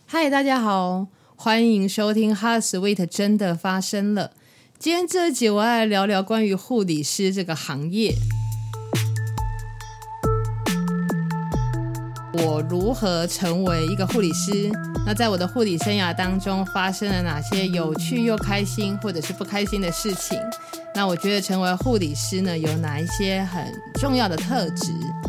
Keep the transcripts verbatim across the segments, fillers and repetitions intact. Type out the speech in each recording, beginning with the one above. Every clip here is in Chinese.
嗨，大家好，欢迎收听 Hot Sweet 真的发生了。今天这集我要来聊聊关于护理师这个行业，我如何成为一个护理师，那在我的护理生涯当中发生了哪些有趣又开心或者是不开心的事情，那我觉得成为护理师呢有哪一些很重要的特质。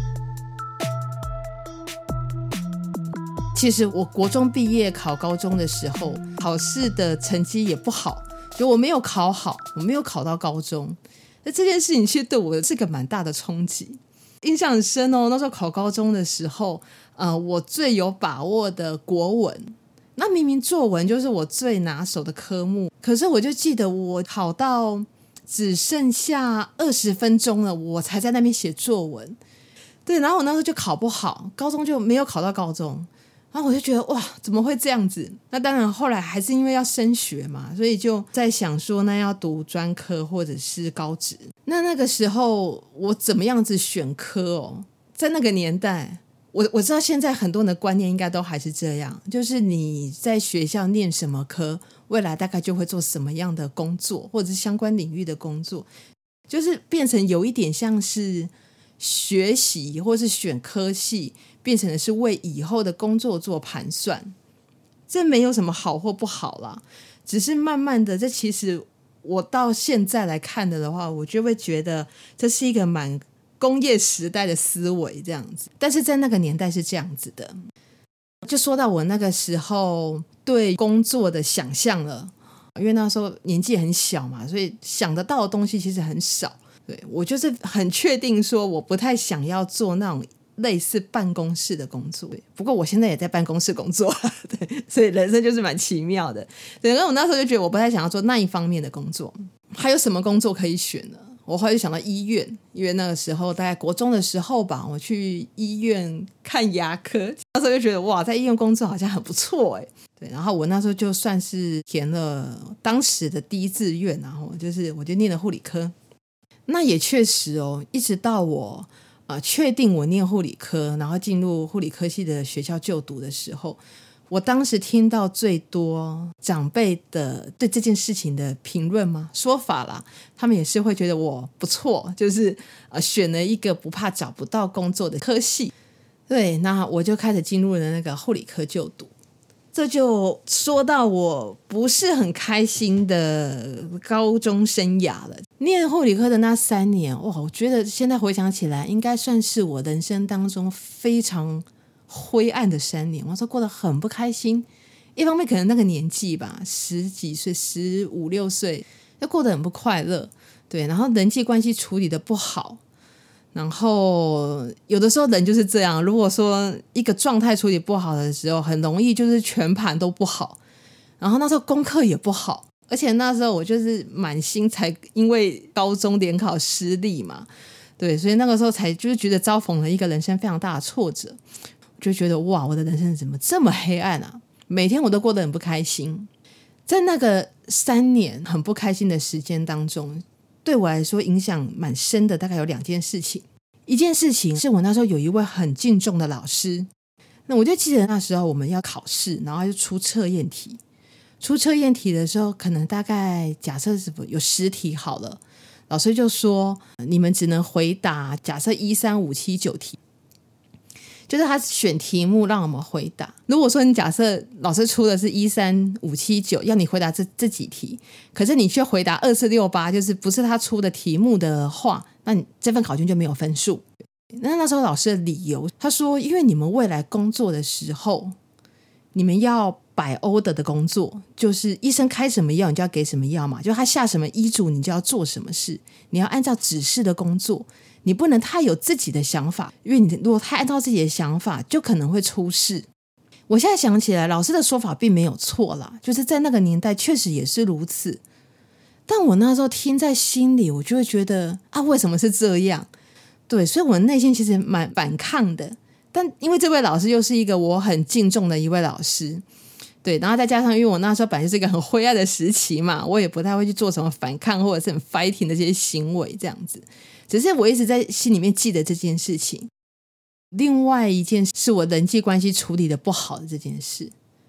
其实我国中毕业考高中的时候，考试的成绩也不好，就我没有考好，我没有考到高中。那这件事情其实对我是个蛮大的冲击，印象很深哦。那时候考高中的时候，呃，我最有把握的国文，那明明作文就是我最拿手的科目，可是我就记得我考到只剩下二十分钟了，我才在那边写作文。对，然后我那时候就考不好，高中就没有考到高中。然后我就觉得哇，怎么会这样子？那当然后来还是因为要升学嘛，所以就在想说那要读专科或者是高职。那那个时候我怎么样子选科哦？在那个年代，我我知道现在很多人的观念应该都还是这样，就是你在学校念什么科，未来大概就会做什么样的工作，或者是相关领域的工作，就是变成有一点像是学习或是选科系变成的是为以后的工作做盘算。这没有什么好或不好啦，只是慢慢的，这其实我到现在来看的的话，我就会觉得这是一个蛮工业时代的思维这样子，但是在那个年代是这样子的。就说到我那个时候对工作的想象了，因为那时候年纪很小嘛，所以想得到的东西其实很少。对，我就是很确定说我不太想要做那种类似办公室的工作，不过我现在也在办公室工作，对，所以人生就是蛮奇妙的。对，然后我那时候就觉得我不太想要做那一方面的工作。还有什么工作可以选呢？我后来就想到医院，因为那个时候大概国中的时候吧，我去医院看牙科，那时候就觉得哇，在医院工作好像很不错哎。对，然后我那时候就算是填了当时的第一志愿，然后就是我就念了护理科。那也确实哦，一直到我呃确定我念护理科，然后进入护理科系的学校就读的时候，我当时听到最多长辈的对这件事情的评论嘛说法啦，他们也是会觉得我不错，就是呃选了一个不怕找不到工作的科系。对，那我就开始进入了那个护理科就读。这就说到我不是很开心的高中生涯了。念护理科的那三年，哇，我觉得现在回想起来，应该算是我人生当中非常灰暗的三年。我说过得很不开心，一方面可能那个年纪吧，十几岁、十五六岁，就过得很不快乐。对，然后人际关系处理的不好。然后有的时候人就是这样，如果说一个状态处理不好的时候，很容易就是全盘都不好。然后那时候功课也不好，而且那时候我就是满心才因为高中联考失利嘛，对，所以那个时候才就是觉得遭逢了一个人生非常大的挫折，就觉得哇，我的人生怎么这么黑暗啊，每天我都过得很不开心。在那个三年很不开心的时间当中，对我来说影响蛮深的，大概有两件事情。一件事情是我那时候有一位很敬重的老师，那我就记得那时候我们要考试，然后就出测验题。出测验题的时候，可能大概假设是有十题好了，老师就说你们只能回答假设一三五七九题，就是他选题目让我们回答。如果说你假设老师出的是一三五七九，要你回答这这几题，可是你却回答二四六八，就是不是他出的题目的话，那你这份考卷就没有分数。那那时候老师的理由，他说因为你们未来工作的时候，你们要摆 order 的工作，就是医生开什么药你就要给什么药嘛，就他下什么医嘱你就要做什么事，你要按照指示的工作，你不能太有自己的想法，因为你如果太按照自己的想法就可能会出事。我现在想起来老师的说法并没有错啦，就是在那个年代确实也是如此，但我那时候听在心里，我就会觉得啊，为什么是这样？对，所以我内心其实蛮反抗的。但因为这位老师又是一个我很敬重的一位老师，对，然后再加上因为我那时候本来就是一个很灰暗的时期嘛，我也不太会去做什么反抗或者是很 fighting 的这些行为这样子，只是我一直在心里面记得这件事情。另外一件是我人际关系处理的不好的这件事，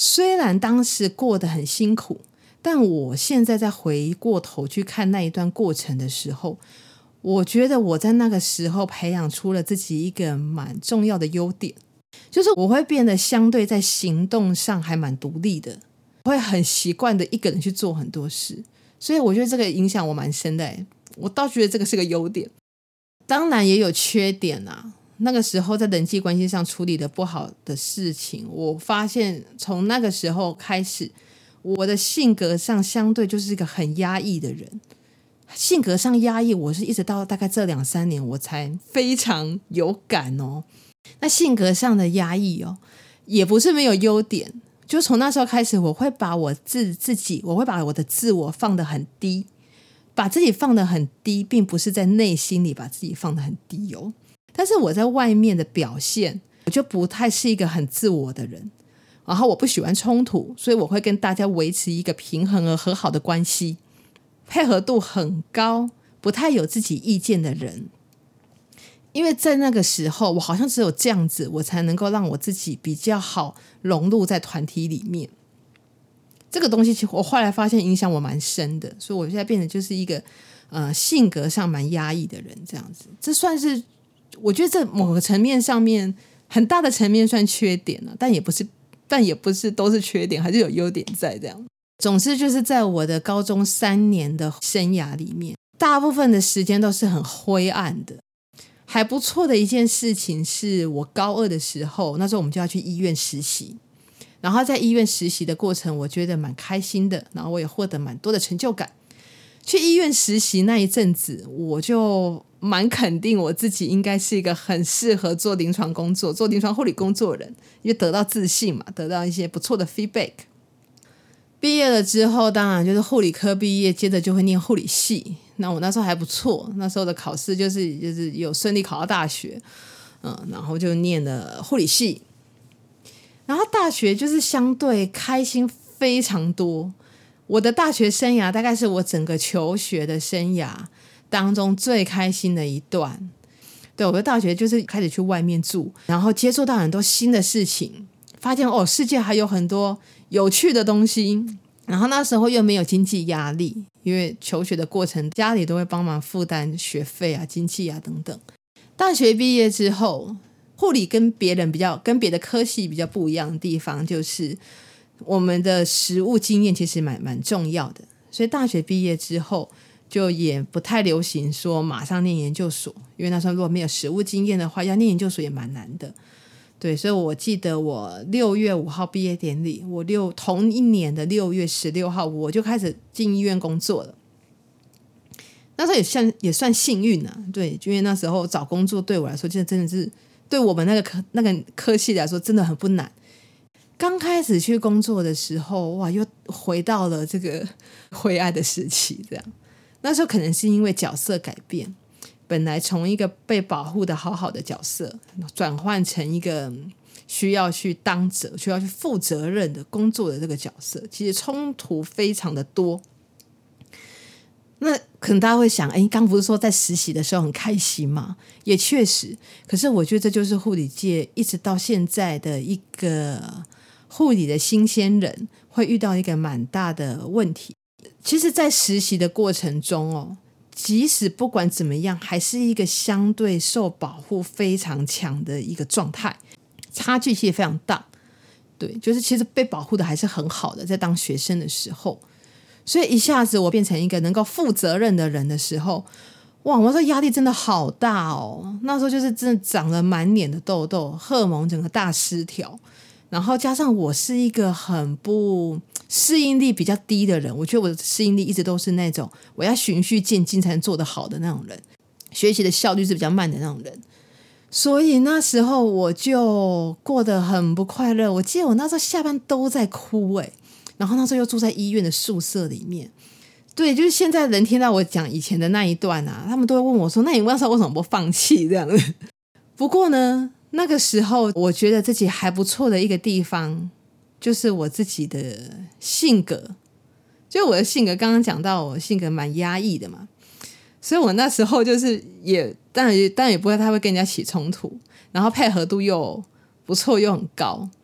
虽然当时过得很辛苦，但我现在再回过头去看那一段过程的时候，我觉得我在那个时候培养出了自己一个蛮重要的优点，就是我会变得相对在行动上还蛮独立的，我会很习惯的一个人去做很多事，所以我觉得这个影响我蛮深的耶，我倒觉得这个是个优点。当然也有缺点啊，那个时候在人际关系上处理的不好的事情，我发现从那个时候开始，我的性格上相对就是一个很压抑的人，性格上压抑，我是一直到大概这两三年我才非常有感哦。那性格上的压抑哦，也不是没有优点，就从那时候开始，我会把我自自己，我会把我的自我放得很低，把自己放得很低，并不是在内心里把自己放得很低哦。但是我在外面的表现，我就不太是一个很自我的人，然后我不喜欢冲突，所以我会跟大家维持一个平衡而和好的关系，配合度很高，不太有自己意见的人。因为在那个时候，我好像只有这样子，我才能够让我自己比较好融入在团体里面。这个东西其实我后来发现影响我蛮深的，所以我现在变得就是一个呃性格上蛮压抑的人，这样子。这算是我觉得这某个层面上面很大的层面算缺点了，但也不是，但也不是都是缺点，还是有优点在这样。总之就是在我的高中三年的生涯里面，大部分的时间都是很灰暗的。还不错的一件事情是我高二的时候，那时候我们就要去医院实习，然后在医院实习的过程我觉得蛮开心的，然后我也获得蛮多的成就感。去医院实习那一阵子，我就蛮肯定我自己应该是一个很适合做临床工作，做临床护理工作的人，因为得到自信嘛，得到一些不错的 feedback。 毕业了之后当然就是护理科毕业，接着就会念护理系。那我那时候还不错，那时候的考试就是就是有顺利考到大学，嗯，然后就念了护理系。然后大学就是相对开心非常多，我的大学生涯大概是我整个求学的生涯当中最开心的一段。对，我的大学就是开始去外面住，然后接触到很多新的事情，发现哦，世界还有很多有趣的东西。然后那时候又没有经济压力，因为求学的过程家里都会帮忙负担学费啊、经济啊等等。大学毕业之后，护理跟别人比较跟别的科系比较不一样的地方，就是我们的实务经验其实蛮蛮重要的。所以大学毕业之后就也不太流行说马上念研究所，因为那时候如果没有实务经验的话，要念研究所也蛮难的。对，所以我记得我六月五号毕业典礼，我六同一年的六月十六号我就开始进医院工作了。那时候也算也算幸运啊，对，因为那时候找工作对我来说，真的真的是对我们那个科那个科系来说真的很不难。刚开始去工作的时候，哇，又回到了这个灰暗的时期，这样。那时候可能是因为角色改变。本来从一个被保护的好好的角色转换成一个需要去当责需要去负责任的工作的这个角色，其实冲突非常的多。那可能大家会想，哎，刚不是说在实习的时候很开心吗？也确实，可是我觉得这就是护理界一直到现在的一个护理的新鲜人会遇到一个蛮大的问题。其实在实习的过程中哦，即使不管怎么样，还是一个相对受保护非常强的一个状态，差距其实非常大。对，就是其实被保护的还是很好的，在当学生的时候。所以一下子我变成一个能够负责任的人的时候，哇，我说压力真的好大哦。那时候就是真的长了满脸的痘痘，荷尔蒙整个大失调，然后加上我是一个很不适应力比较低的人，我觉得我的适应力一直都是那种我要循序渐进才能做得好的那种人，学习的效率是比较慢的那种人。所以那时候我就过得很不快乐，我记得我那时候下班都在哭耶，然后那时候又住在医院的宿舍里面。对，就是现在人听到我讲以前的那一段啊，他们都会问我说，那你那时候为什么不放弃这样子？不过呢，那个时候我觉得自己还不错的一个地方，就是我自己的性格。就我的性格，刚刚讲到我性格蛮压抑的嘛，所以我那时候就是也当然当然也不会太会跟人家起冲突，然后配合度又不错又很高。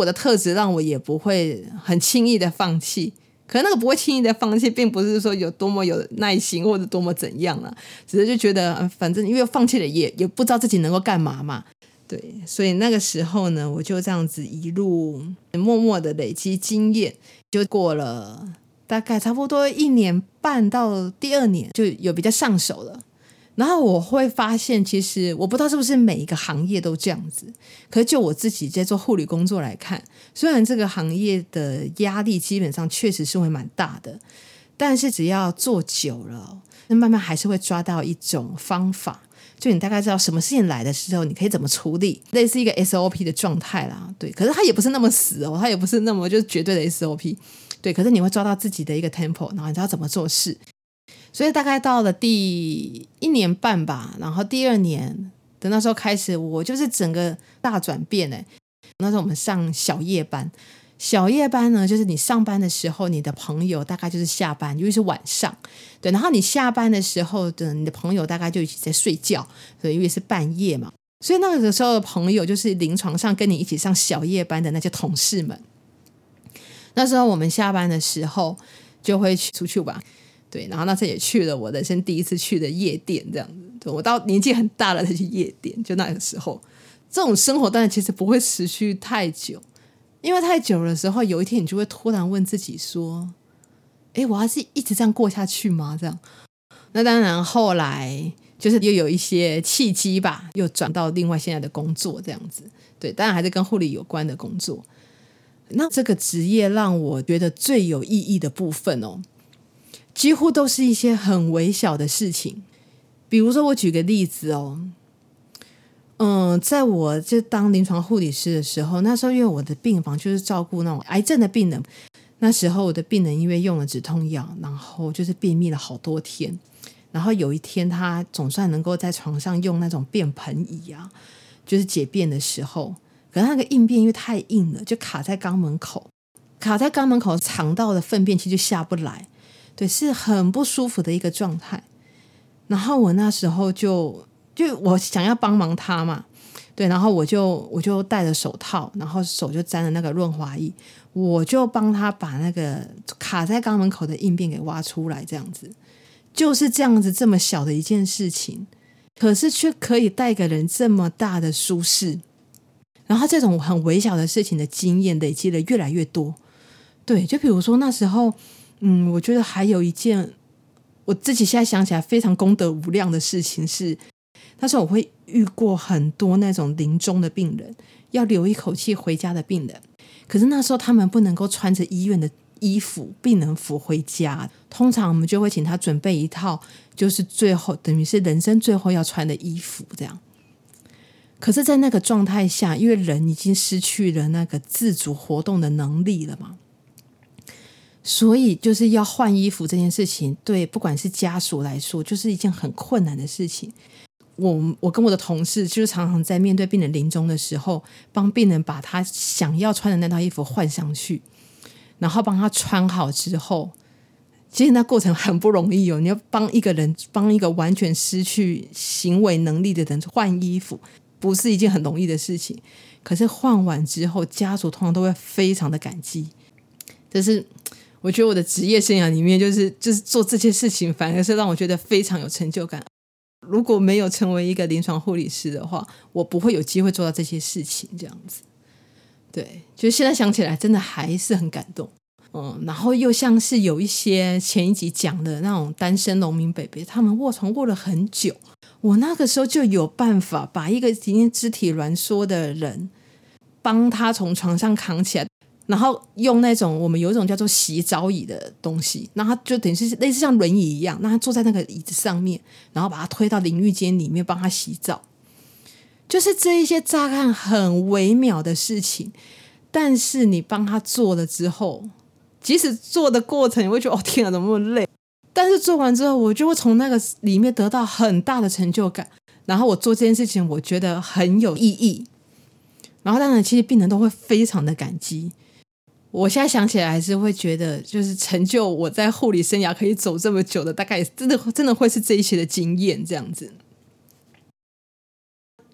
我的特质让我也不会很轻易的放弃。可能那个不会轻易的放弃并不是说有多么有耐心或者多么怎样啦，只是就觉得、呃、反正因为放弃了也也不知道自己能够干嘛嘛。对，所以那个时候呢，我就这样子一路默默的累积经验，就过了大概差不多一年半到第二年就有比较上手了。然后我会发现，其实我不知道是不是每一个行业都这样子，可是就我自己在做护理工作来看，虽然这个行业的压力基本上确实是会蛮大的，但是只要做久了，那慢慢还是会抓到一种方法，就你大概知道什么事情来的时候你可以怎么处理，类似一个 S O P 的状态啦。对，可是它也不是那么死哦，它也不是那么就是绝对的 S O P。 对，可是你会抓到自己的一个 tempo， 然后你知道怎么做事。所以大概到了第一年半吧，然后第二年的那时候开始，我就是整个大转变耶。那时候我们上小夜班，小夜班呢就是你上班的时候你的朋友大概就是下班，因为是晚上。对，然后你下班的时候的你的朋友大概就一起在睡觉，对，因为是半夜嘛，所以那个时候的朋友就是临床上跟你一起上小夜班的那些同事们。那时候我们下班的时候就会出去玩，对，然后那次也去了我人生第一次去的夜店，这样子。对，我到年纪很大了才去夜店，就那个时候，这种生活当然其实不会持续太久，因为太久的时候，有一天你就会突然问自己说：“哎，我要是一直这样过下去吗？”这样。那当然，后来就是又有一些契机吧，又转到另外现在的工作这样子。对，当然还是跟护理有关的工作。那这个职业让我觉得最有意义的部分哦，几乎都是一些很微小的事情。比如说我举个例子哦，嗯，在我就当临床护理师的时候，那时候因为我的病房就是照顾那种癌症的病人，那时候我的病人因为用了止痛药，然后就是便秘了好多天，然后有一天他总算能够在床上用那种便盆椅啊，就是解便的时候，可是那个硬便因为太硬了，就卡在肛门口，卡在肛门口，肠道的粪便其实就下不来，对，是很不舒服的一个状态。然后我那时候就就我想要帮忙他嘛，对，然后我就我就戴着手套，然后手就沾了那个润滑液，我就帮他把那个卡在肛门口的硬便给挖出来，这样子。就是这样子这么小的一件事情，可是却可以带给人这么大的舒适。然后这种很微小的事情的经验累积了越来越多。对，就比如说那时候嗯，我觉得还有一件我自己现在想起来非常功德无量的事情是，那时候我会遇过很多那种临终的病人，要留一口气回家的病人，可是那时候他们不能够穿着医院的衣服病人服回家，通常我们就会请他准备一套就是最后等于是人生最后要穿的衣服这样。可是在那个状态下，因为人已经失去了那个自主活动的能力了嘛，所以就是要换衣服这件事情，对不管是家属来说就是一件很困难的事情。我我跟我的同事就是常常在面对病人临终的时候，帮病人把他想要穿的那套衣服换上去，然后帮他穿好之后，其实那过程很不容易哦。你要帮一个人，帮一个完全失去行为能力的人换衣服，不是一件很容易的事情。可是换完之后，家属通常都会非常的感激。这是我觉得我的职业生涯里面，就是就是做这些事情，反而是让我觉得非常有成就感。如果没有成为一个临床护理师的话，我不会有机会做到这些事情，这样子。对，就是现在想起来真的还是很感动。嗯，然后又像是有一些前一集讲的那种单身农民伯伯，他们卧床卧了很久，我那个时候就有办法把一个已经肢体挛缩的人帮他从床上扛起来，然后用那种我们有一种叫做洗澡椅的东西，那他就等于是类似像轮椅一样，让他坐在那个椅子上面，然后把他推到淋浴间里面帮他洗澡。就是这一些乍看很微妙的事情，但是你帮他做了之后，即使做的过程你会觉得哦天啊怎么那么累，但是做完之后我就会从那个里面得到很大的成就感，然后我做这件事情我觉得很有意义，然后当然其实病人都会非常的感激。我现在想起来还是会觉得就是成就我在护理生涯可以走这么久的，大概真的真的会是这一些的经验这样子。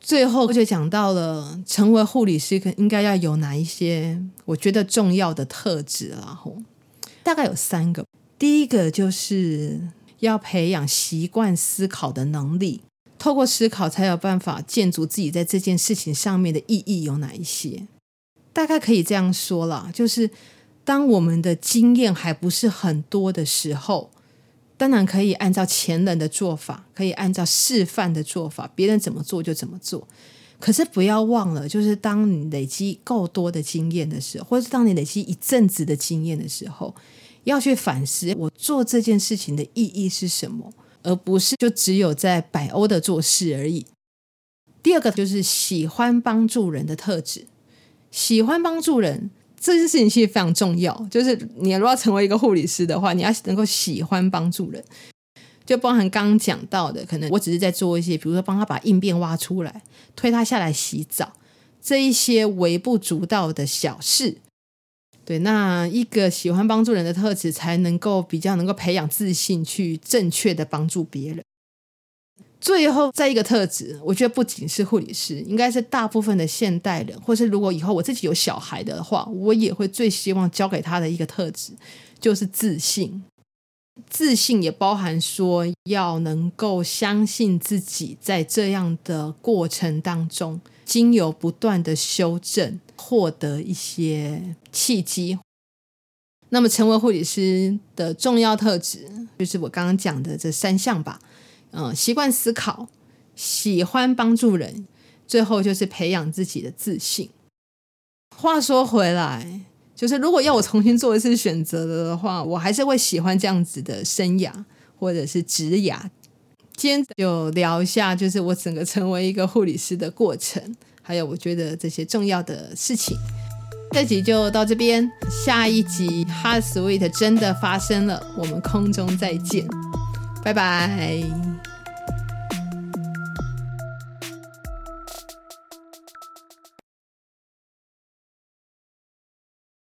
最后就讲到了成为护理师应该要有哪一些我觉得重要的特质啦，大概有三个。第一个就是要培养习惯思考的能力，透过思考才有办法建筑自己在这件事情上面的意义有哪一些。大概可以这样说啦，就是当我们的经验还不是很多的时候，当然可以按照前人的做法，可以按照示范的做法，别人怎么做就怎么做。可是不要忘了，就是当你累积够多的经验的时候，或者是当你累积一阵子的经验的时候，要去反思我做这件事情的意义是什么，而不是就只有在百欧的做事而已。第二个就是喜欢帮助人的特质。喜欢帮助人这件事情其实非常重要，就是你如果要成为一个护理师的话，你要能够喜欢帮助人，就包含刚刚讲到的，可能我只是在做一些比如说帮他把硬便挖出来，推他下来洗澡，这一些微不足道的小事。对，那一个喜欢帮助人的特质才能够比较能够培养自信，去正确的帮助别人。最后再一个特质，我觉得不仅是护理师，应该是大部分的现代人，或是如果以后我自己有小孩的话，我也会最希望教给他的一个特质，就是自信。自信也包含说要能够相信自己在这样的过程当中，经由不断的修正，获得一些契机。那么成为护理师的重要特质就是我刚刚讲的这三项吧。嗯，习惯思考，喜欢帮助人，最后就是培养自己的自信。话说回来，就是如果要我重新做一次选择的话，我还是会喜欢这样子的生涯或者是职涯。今天就聊一下就是我整个成为一个护理师的过程，还有我觉得这些重要的事情。这集就到这边，下一集 Heart Sweet 真的发生了，我们空中再见，拜拜。